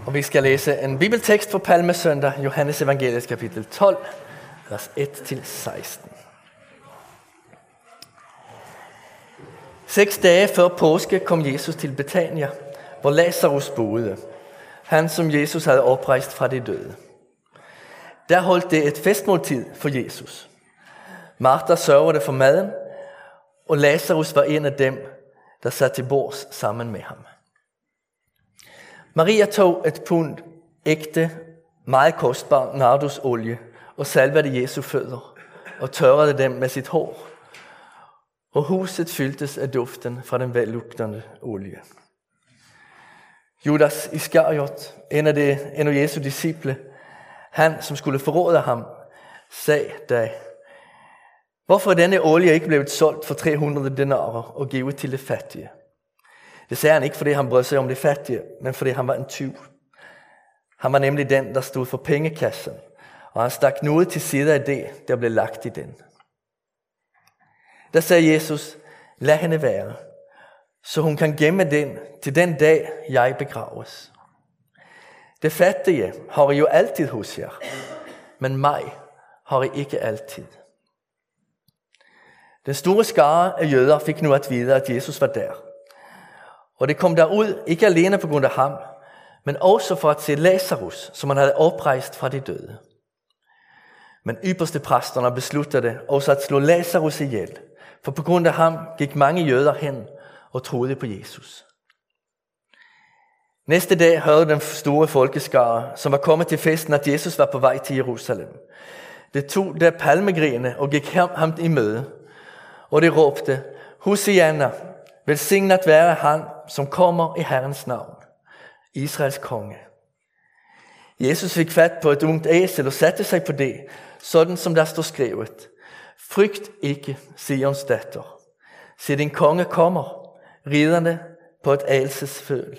Og vi skal læse en bibeltekst for Palmesøndag, Johannes evangeliet kapitel 12, vers 1-16. 6 dage før påske kom Jesus til Betania, hvor Lazarus boede, han som Jesus havde oprejst fra de døde. Der holdt det et festmåltid for Jesus. Martha sørgede for maden, og Lazarus var en af dem, der satte til bords sammen med ham. Maria tog et pund ægte, meget kostbar nardusolie og salvede Jesu fødder og tørrede dem med sit hår. Og huset fyldtes af duften fra den vellugtende olie. Judas Iskariot, en af Jesu disciple, han som skulle forråde ham, sagde da: "Hvorfor er denne olie ikke blevet solgt for 300 denarer og givet til de fattige?" Det sagde han ikke, fordi han brød sig om de fattige, men fordi han var en tyv. Han var nemlig den, der stod for pengekassen, og han stak noget til side af det, der blev lagt i den. Der sagde Jesus: "Lad hende være, så hun kan gemme den til den dag, jeg begraves. Det fattige har I jo altid hos jer, men mig har I ikke altid." Den store skare af jøder fik nu at vide, at Jesus var der. Og det kom derud, ikke alene på grund af ham, men også for at se Lazarus, som han havde oprejst fra de døde. Men ypperste præsterne besluttede også at slå Lazarus ihjel, for på grund af ham gik mange jøder hen og troede på Jesus. Næste dag hørte den store folkeskare, som var kommet til festen, at Jesus var på vej til Jerusalem. Det tog der palmegrene og gik ham i møde, og de råbte: "Hosianna, velsignet være han, som kommer i Herrens navn, Israels konge." Jesus fik fat på et ungt æsel og satte sig på det, sådan som der står skrevet: "Frygt ikke, Sions datter. Se, din konge kommer, ridende på et æsel's føl."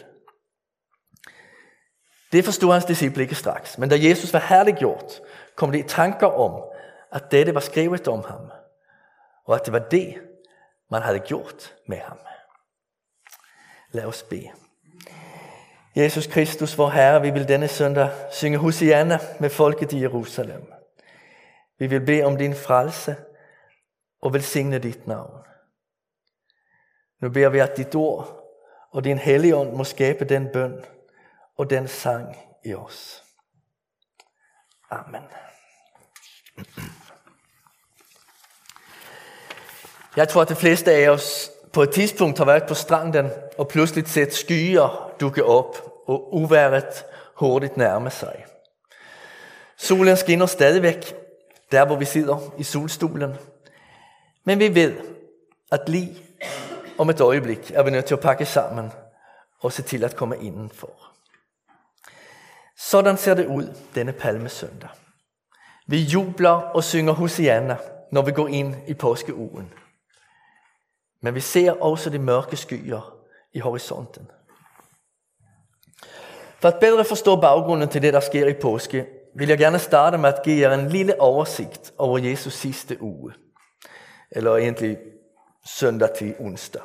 Det forstod hans disciple ikke straks, men da Jesus var herliggjort, kom de i tanker om, at dette var skrevet om ham, og at det var det, man havde gjort med ham. Lad os bede. Jesus Kristus, vor Herre, vi vil denne søndag synge Hosianna med folket i Jerusalem. Vi vil bede om din frelse og velsigne dit navn. Nu beder vi, at dit ord og din hellige ånd må skabe den bøn og den sang i os. Amen. Jeg tror, at de fleste af os på et tidspunkt har været på stranden og pludselig set skyer dukke op og uværet hurtigt nærme sig. Solen skinner stadigvæk der, hvor vi sidder i solstolen. Men vi ved, at lige om et øjeblik er vi nødt til at pakke sammen og se til at komme indenfor. Sådan ser det ud denne palmesøndag. Vi jubler og synger Hosianna, når vi går ind i påskeugen. Men vi ser også de mørke skyer i horisonten. For at bedre forstå baggrunden til det, der sker i påske, vil jeg gerne starte med at give jer en lille oversigt over Jesus sidste uge. Eller egentlig søndag til onsdag.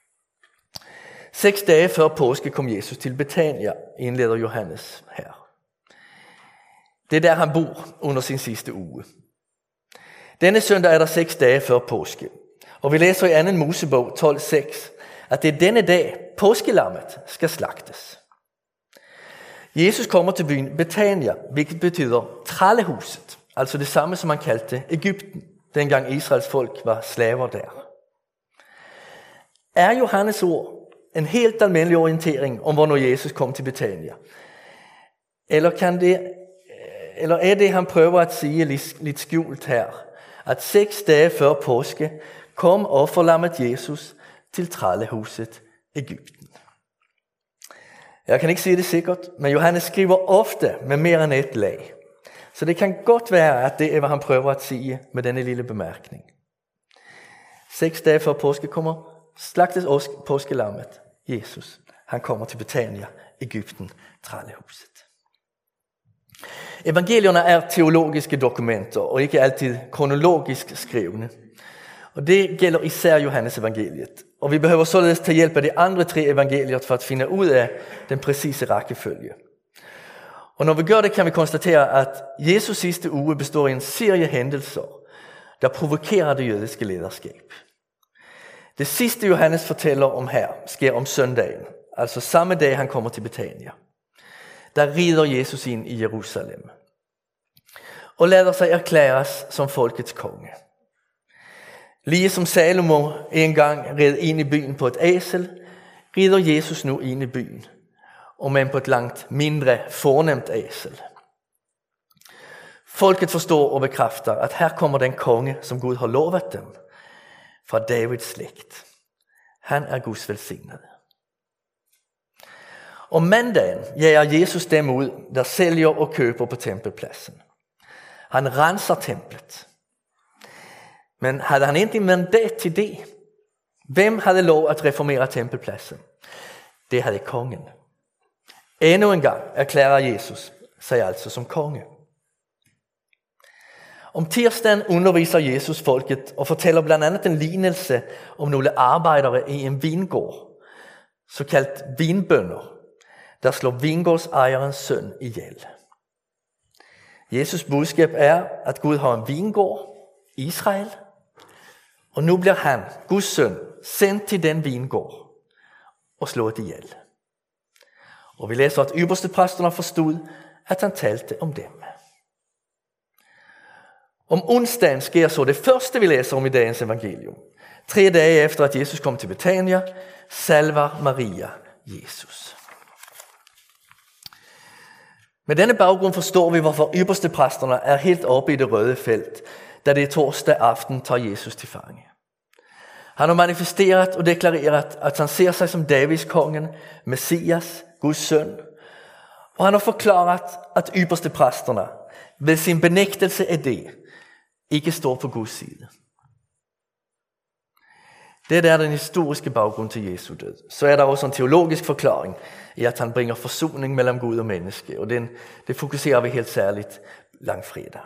6 dage før påske kom Jesus til Betania, indleder Johannes her. Det er der, han bor under sin sidste uge. Denne søndag er der 6 dage før påske. Og vi læser i 2. Mosebog 12:6, at det er denne dag, påskelammet skal slagtes. Jesus kommer til byen Betania, hvilket betyder trællehuset, altså det samme som man kaldte Egypten, dengang Israels folk var slaver der. Er Johannes ord en helt almindelig orientering om, hvornår Jesus kom til Betania? Eller er det, han prøver at sige lidt skjult her, at 6 dage før påske kom offerlammet Jesus til trællehuset Egypten? Jeg kan ikke sige det sikkert, men Johannes skriver ofte med mere end et lag. Så det kan godt være, at det er, hvad han prøver at sige med denne lille bemærkning. 6 dage før påske slagtes påskelammet Jesus. Han kommer til Betania, Egypten, trællehuset. Evangelierne er teologiske dokumenter, og ikke altid kronologisk skrevne. Og det gælder især Johannes evangeliet. Og vi behøver således tage hjælp af de andre 3 evangelier for at finde ud af den præcise rækkefølge. Og når vi gør det, kan vi konstatere, at Jesus sidste uge består i en serie hændelser, der provokerer det jødiske lederskab. Det sidste Johannes fortæller om her, sker om søndagen, altså samme dag han kommer til Betania. Der rider Jesus ind i Jerusalem og lader sig erklæres som folkets konge. Lige som Salomo engang red ind i byen på et æsel, rider Jesus nu ind i byen, og men på et langt mindre fornemt æsel. Folket forstår og bekræfter, at her kommer den konge, som Gud har lovet dem, fra Davids slægt. Han er Guds velsignede. Om mandagen jager Jesus dem ud, der sælger og køber på tempelpladsen. Han renser templet. Men havde han ikke mandat til det? Hvem havde lov at reformere tempelpladsen? Det havde kongen. Endnu en gang erklærer Jesus sig altså som konge. Om tirsdagen underviser Jesus folket og fortæller blandt andet en lignelse om nogle arbejdere i en vingård, såkaldt vinbønder, der slår vingårdsejerens søn ihjel. Jesus budskab er, at Gud har en vingård, Israel, og nu bliver han, Guds søn, sendt til den vingård og slået ihjel. Og vi læser, at ypperstepræsterne forstod, at han talte om dem. Om onsdagen sker så det første, vi læser om i dagens evangelium. 3 dage efter, at Jesus kom til Betania, salver Maria Jesus. Med denne baggrund forstår vi, hvorfor ypperstepræsterne er helt oppe i det røde felt, da det torsdag aften tager Jesus til fange. Han har manifesteret og deklareret, at han ser sig som Davids kongen, Messias, Guds søn. Og han har forklaret, at ypperstepræsterne ved sin benægtelse af det, ikke står på Guds side. Det er den historiske baggrund til Jesu død. Så er der også en teologisk forklaring i, at han bringer forsoning mellem Gud og menneske. Og det fokuserer vi helt særligt langfredag.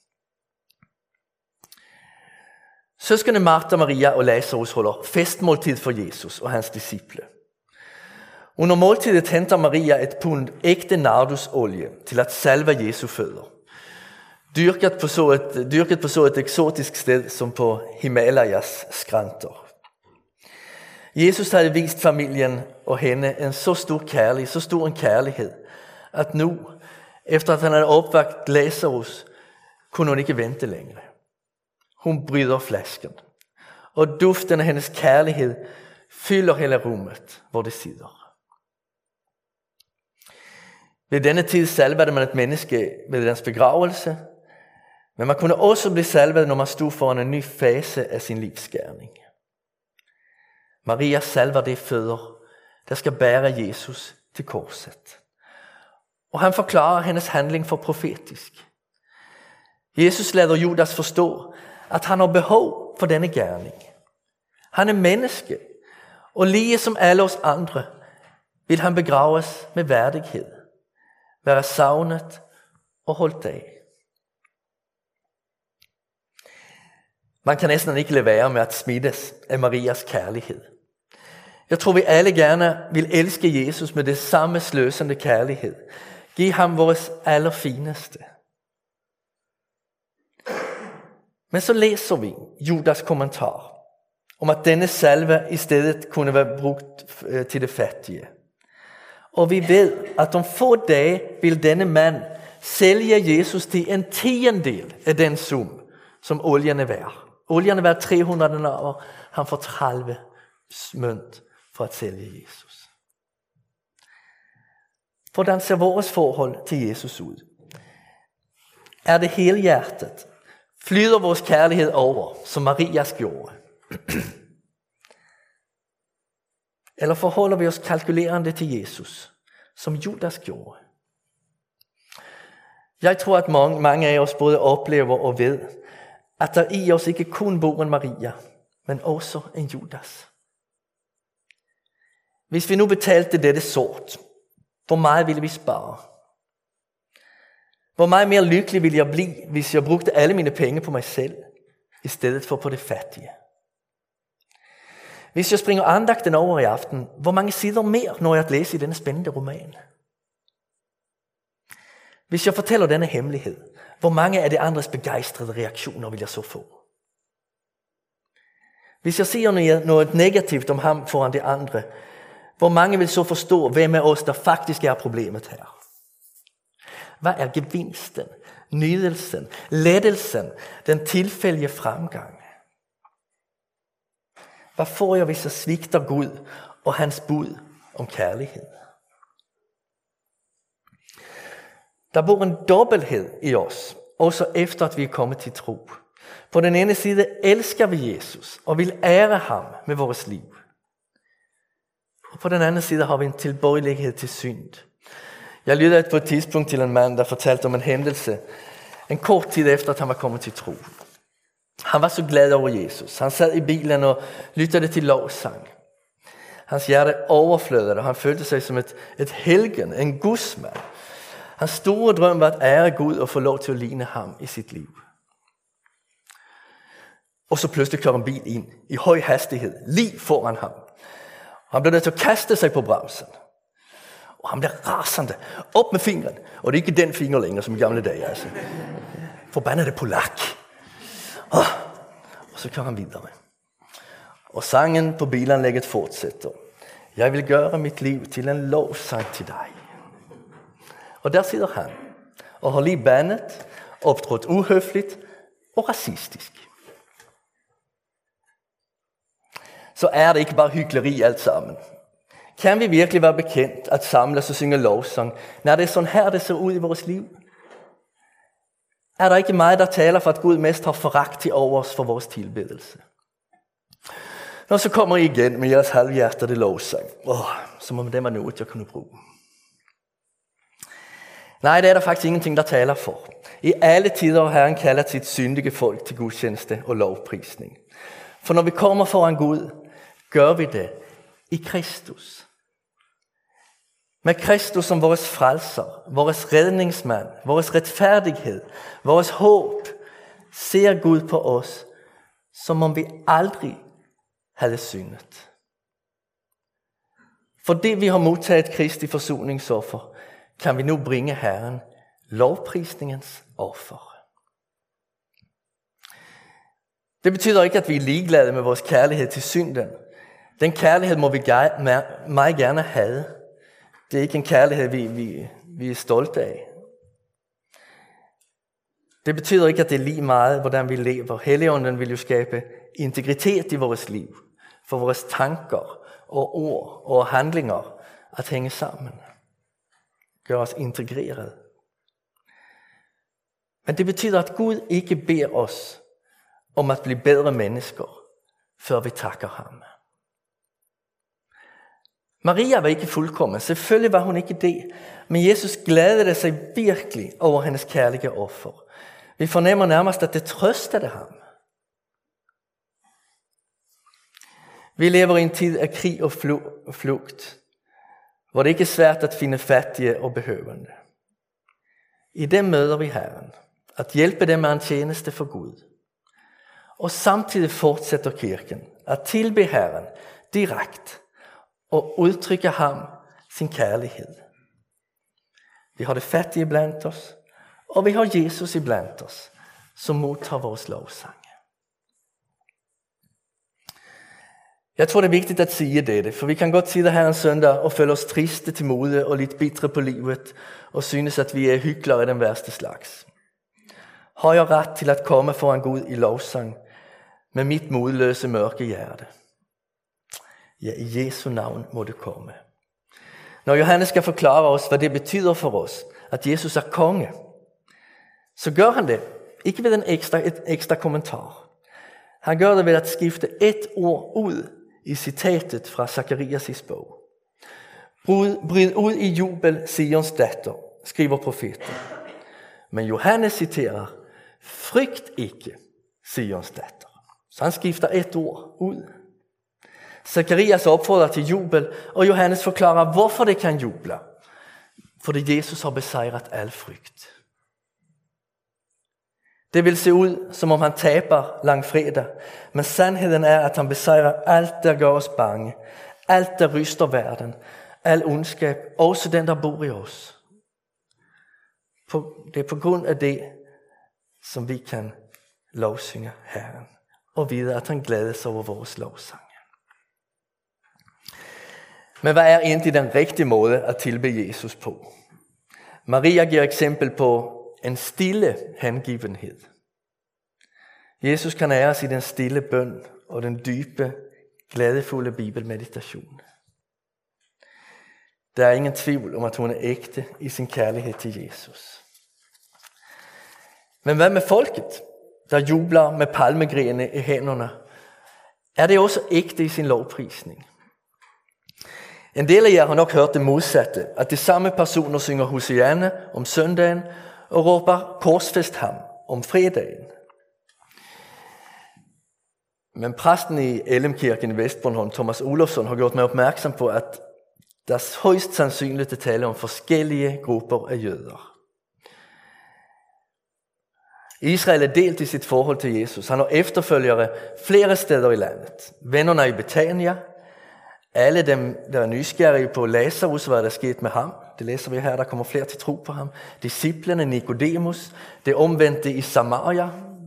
Søskende Martha, Maria og Lazarus holder festmåltid for Jesus og hans disciple. Under måltidet henter Maria et pund ægte nardusolie til at salve Jesu fødder. Dyrket på så et eksotisk sted som på Himalayas skrænter. Jesus havde vist familien og hende en så stor en kærlighed, at nu, efter at han havde opvagt Lazarus, kunne hun ikke vente længere. Hun bryder flasken, og duften af hendes kærlighed fylder hele rummet, hvor det sidder. Ved denne tid salvede man et menneske ved dens begravelse, men man kunne også blive salvet, når man stod foran en ny fase af sin livsgerning. Maria salver det fødder, der skal bære Jesus til korset. Og han forklarer hendes handling for profetisk. Jesus lader Judas forstå, at han har behov for denne gerning. Han er menneske, og lige som alle os andre, vil han begraves med værdighed, være savnet og holdt af. Man kan næsten ikke lade være med at smittes af Marias kærlighed. Jeg tror, vi alle gerne vil elske Jesus med det samme sløsende kærlighed. Giv ham vores allerfineste. Men så læser vi Judas kommentar om, at denne salve i stedet kunne være brugt til det fattige. Og vi ved, at om få dage vil denne mand sælge Jesus til en 10% af den sum, som olien er værd. Olien er værd 300 denarer, han får 30 mønt for at sælge Jesus. Hvordan ser vores forhold til Jesus ud? Er det hele hjertet? Flyder vores kærlighed over, som Marias gjorde? Eller forholder vi os kalkulerende til Jesus, som Judas gjorde? Jeg tror, at mange af os både oplever og ved, at der i os ikke kun bor en Maria, men også en Judas. Hvis vi nu betalte dette sort, hvor meget ville vi spare? Hvor meget mere lykkelig ville jeg blive, hvis jeg brugte alle mine penge på mig selv, i stedet for på det fattige? Hvis jeg springer andagten over i aften, hvor mange sider mere når jeg at læse i denne spændende roman? Hvis jeg fortæller denne hemmelighed, hvor mange af de andres begejstrede reaktioner vil jeg så få? Hvis jeg siger noget negativt om ham foran de andre, hvor mange vil så forstå, hvem af os, der faktisk er problemet her? Hvad er gevinsten, nydelsen, lettelsen, den tilfældige fremgang? Hvad får jeg, hvis jeg svigter Gud og hans bud om kærlighed? Der bor en dobbelthed i os, også efter at vi er kommet til tro. På den ene side elsker vi Jesus og vil ære ham med vores liv. Og på den anden side har vi en tilbøjelighed til synd. Jeg lyttede på et tidspunkt til en mand, der fortalte om en hændelse, en kort tid efter, at han var kommet til tro. Han var så glad over Jesus. Han sad i bilen og lyttede til lovsang. Hans hjerte overflødede, og han følte sig som et helgen, en gudsmand. Hans store drøm var at ære Gud og få lov til at ligne ham i sit liv. Og så pludselig kører en bil ind i høj hastighed, lige foran ham. Han blev nødt til at kaste sig på bremsen. Og han blev rasende. Op med fingeren. Og det er ikke den finger længere, som i gamle dage. Altså. Forbandede polak. Og så kører han videre. Og sangen på bilanlægget fortsætter. Jeg vil gøre mit liv til en lovsang til dig. Og der sidder han. Og har lige bandet, optrådt uhøfligt og racistisk. Så er det ikke bare hykleri alt sammen. Kan vi virkelig være bekendt at samles og synge lovsang, når det er sådan her, det ser ud i vores liv? Er der ikke meget, der taler for, at Gud mest har foragt til over os for vores tilbedelse? Når så kommer I igen med jeres halvhjertede lovsang, som om det var noget, jeg kunne bruge. Nej, det er der faktisk ingenting, der taler for. I alle tider har Herren kaldet sit syndige folk til gudstjeneste og lovprisning. For når vi kommer foran Gud, gør vi det i Kristus. Med Kristus som vores frelser, vores redningsmand, vores retfærdighed, vores håb, ser Gud på os, som om vi aldrig havde syndet. Fordi vi har modtaget Kristi forsoningsoffer, kan vi nu bringe Herren lovprisningens offer. Det betyder ikke, at vi er ligeglade med vores kærlighed til synden. Den kærlighed må vi meget gerne have. Det er ikke en kærlighed, vi er stolte af. Det betyder ikke, at det er lige meget, hvordan vi lever. Helligånden vil jo skabe integritet i vores liv, for vores tanker og ord og handlinger at hænge sammen. Gør os integreret. Men det betyder, at Gud ikke beder os om at blive bedre mennesker, før vi takker ham. Maria var ikke fuldkommen. Selvfølgelig var hun ikke det. Men Jesus glædede sig virkelig over hendes kærlige offer. Vi fornemmer nærmest, at det trøstede ham. Vi lever i en tid af krig og flugt, hvor det ikke er svært at finde fattige og behøvende. I dem møder vi Herren, at hjælpe dem med en tjeneste for Gud. Og samtidig fortsætter kirken at tilbe Herren direkte og udtrykke ham sin kærlighed. Vi har det fattige blandt os, og vi har Jesus iblandt os, som modtager vores lovsang. Jeg tror, det er vigtigt at sige dette, for vi kan godt sidde her en søndag og føle os triste til mode og lidt bitre på livet, og synes, at vi er hyklere af den værste slags. Har jeg ret til at komme foran Gud i lovsang med mit modløse mørke hjerte? Ja, i Jesu navn må det komme. Når Johannes skal forklare os, hvad det betyder for os, at Jesus er konge, så gør han det, ikke ved et ekstra kommentar. Han gør det ved at skifte et ord ud i citatet fra Zakarias' bog. Bryd ud i jubel, Sions datter, skriver profeten. Men Johannes citerer, frygt ikke, Sions datter. Så han skifter et ord ud. Zakarias opfordrer til jubel, og Johannes forklarer, hvorfor det kan juble. Fordi Jesus har besejret al frygt. Det vil se ud, som om han taber langfredag, men sandheden er, at han besejrer alt, der gør os bange, alt, der ryster verden, al ondskab, også den, der bor i os. Det er på grund af det, som vi kan lovsynge Herren, og vide, at han glæder sig over vores lovsange. Men hvad er egentlig den rigtige måde at tilbede Jesus på? Maria giver eksempel på en stille hengivenhed. Jesus kan æres i den stille bøn og den dybe, glædefulde bibelmeditation. Der er ingen tvivl om, at hun er ægte i sin kærlighed til Jesus. Men hvad med folket, der jubler med palmegrene i hænderne? Er det også ægte i sin lovprisning? En del af jer har nok hørt det modsatte, at de samme personer synger Hosianna om søndagen og råber korsfæst ham om fredagen. Men præsten i Ellemkirken i Vestbornholm, Thomas Olofsson, har gjort mig opmærksom på, at der højst sandsynligt er tale om forskellige grupper af jøder. Israel er delt i sit forhold til Jesus. Han har efterfølgere flere steder i landet. Vennerne i Betania, alle dem, der er nysgerrige på Lazarus, hvad der skete med ham. Det læser vi her, der kommer flere til tro på ham. Disciplene, Nikodemus, det omvendte i Samaria,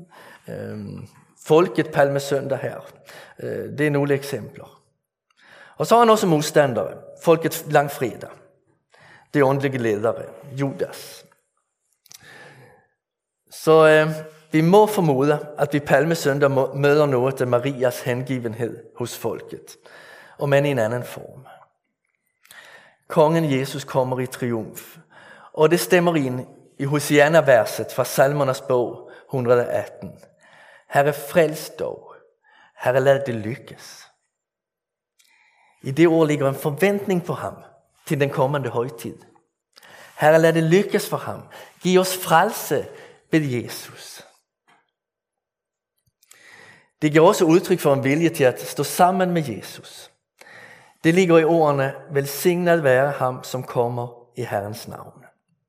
folket palmesøndag her. Det er nogle eksempler. Og så har han også modstandere, folket langfredag, det åndelige ledere, Judas. Så vi må formode, at vi palmesøndag møder noget af Marias hengivenhed hos folket, og men i en anden form. Kongen Jesus kommer i triumf, og det stemmer ind i Hosianna-verset fra Salmernes bog 118. Herre, frels dog. Herre, lad det lykkes. I det ord ligger en forventning på ham til den kommende højtid. Herre, lad det lykkes for ham. Giv os frelse ved Jesus. Det giver også udtryk for en vilje til at stå sammen med Jesus. Det ligger i ordene, velsignet være ham, som kommer i Herrens navn.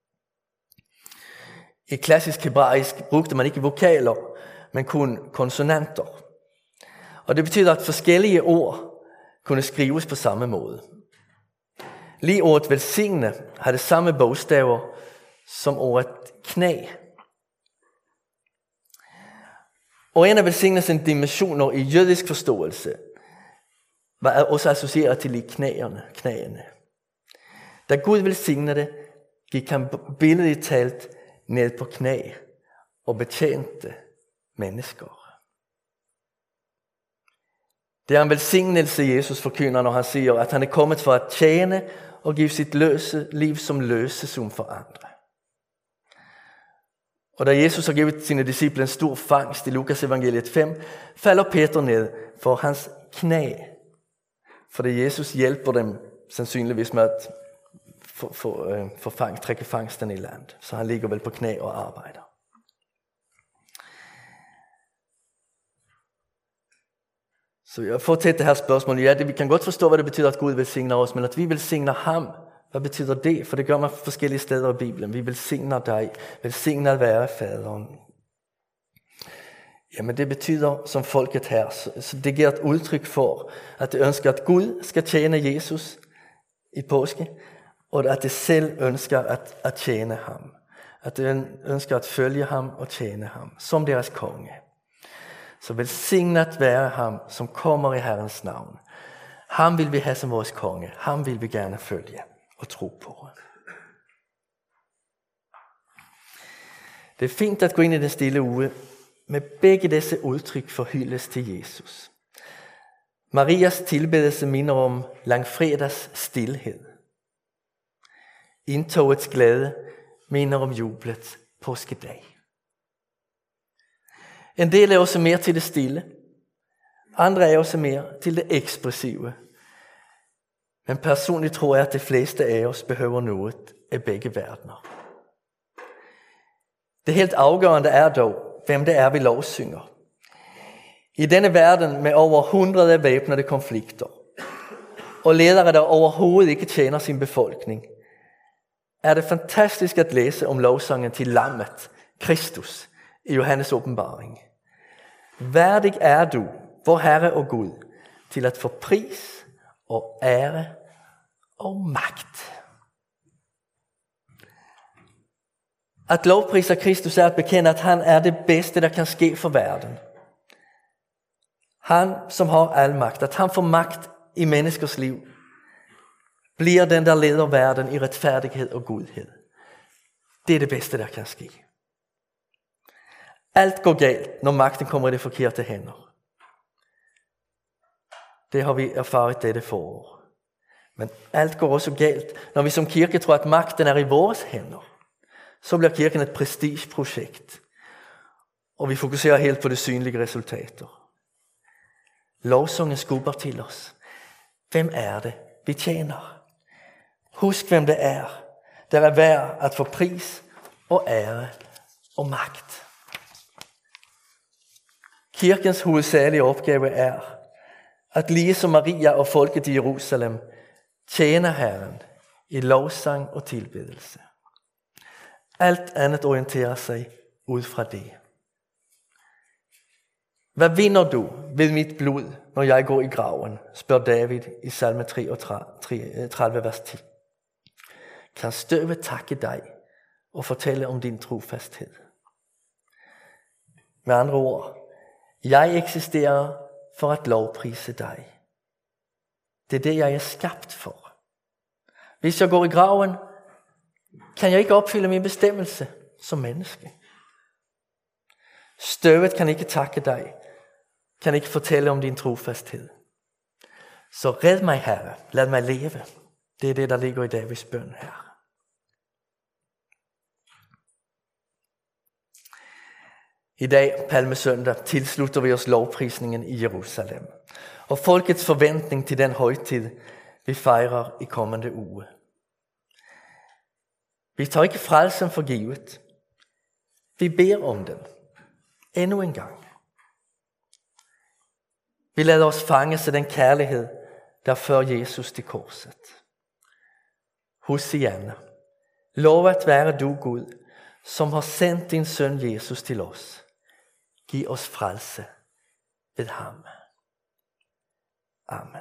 I klassisk hebraisk brugte man ikke vokaler, men kun konsonanter. Og det betyder, at forskellige ord kunne skrives på samme måde. Lige ordet velsigne har det samme bogstaver som ordet knæ. Og en af velsignelsens dimensioner i jødisk forståelse var også associeret til i knæene. Da Gud velsignede, gik han billedligt talt ned på knæ og betjente mennesker. Det er en velsignelse, Jesus forkynder, når han siger, at han er kommet for at tjene og give sit liv som løsesum for andre. Og da Jesus har givet sine disciple en stor fangst i Lukas evangeliet 5, falder Peter ned for hans knæ. Fordi Jesus hjælper dem sandsynligvis med at trække fangsten i land. Så han ligger vel på knæ og arbejder. Så jeg får til det her spørgsmål. Ja, vi kan godt forstå, hvad det betyder, at Gud velsigner os, men at vi velsigner ham, hvad betyder det? For det gør man forskellige steder i Bibelen. Vi velsigner dig, velsigner at være faderen. Jamen det betyder som folket her, så det giver et udtryk for, at det ønsker, at Gud skal tjene Jesus i påske, og at det selv ønsker at tjene ham. At det ønsker at følge ham og tjene ham, som deres konge. Så velsignet være ham, som kommer i Herrens navn. Ham vil vi have som vores konge. Ham vil vi gerne følge og tro på. Det er fint at gå ind i den stille uge med begge disse udtryk for hyldest til Jesus. Marias tilbedelse minder om langfredags stilhed. Indtogets glæde minder om jublets påskedag. En del er også mere til det stille. Andre er også mere til det ekspressive. Men personligt tror jeg, at de fleste af os behøver noget af begge verdener. Det helt afgørende er dog, hvem det er, vi lovsynger. I denne verden med over 100 væbnede konflikter, og ledere, der overhovedet ikke tjener sin befolkning, er det fantastisk at læse om lovsangen til Lammet, Kristus, i Johannes åbenbaring. Værdig er du, vor Herre og Gud, til at få pris og ære og magt. At lovprise Kristus er at bekende, at han er det bedste, der kan ske for verden. Han, som har al magt, at han får magt i menneskers liv, bliver den, der leder verden i retfærdighed og godhed. Det er det bedste, der kan ske. Alt går galt, når magten kommer i de forkerte hænder. Det har vi erfaret dette forår. Men alt går også galt, når vi som kirke tror, at magten er i vores hænder. Så bliver kirken et prestigeprojekt, og vi fokuserer helt på de synlige resultater. Lovsangen skubber til os. Hvem er det, vi tjener? Husk, hvem det er, der er værd at få pris og ære og magt. Kirkens hovedsagelige opgave er, at ligesom Maria og folket i Jerusalem tjener Herren i lovsang og tilbedelse. Alt andet orienterer sig ud fra det. Hvad vinder du ved mit blod, når jeg går i graven, spørger David i salme 33, vers 10. Kan støvet takke dig og fortælle om din trofasthed? Med andre ord, jeg eksisterer for at lovprise dig. Det er det, jeg er skabt for. Hvis jeg går i graven, kan jeg ikke opfylde min bestemmelse som menneske. Støvet kan ikke takke dig, kan ikke fortælle om din trofasthed. Så red mig, Herre, lad mig leve. Det er det, der ligger i Davids bøn her. I dag, Palmesøndag, tilslutter vi os lovprisningen i Jerusalem. Og folkets forventning til den højtid, vi fejrer i kommende uge. Vi tager ikke frelsen for givet. Vi beder om den. Endnu en gang. Vi lader os fanges af den kærlighed, der fører Jesus til korset. Hosianna, lovet være du Gud, som har sendt din søn Jesus til os. Giv os frelse ved ham. Amen.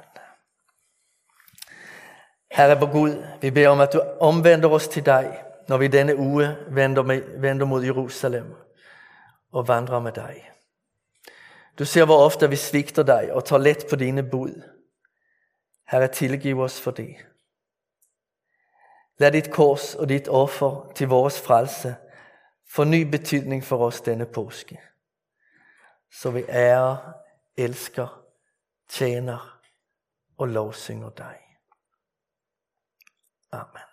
Herre vor Gud, vi beder om, at du omvender os til dig, når vi denne uge vender mod Jerusalem og vandrer med dig. Du ser, hvor ofte vi svigter dig og tager let på dine bud. Herre, tilgiv os for det. Lad dit kors og dit offer til vores frelse få ny betydning for os denne påske. Så vi ærer, elsker, tjener og lovsynger dig. Amen.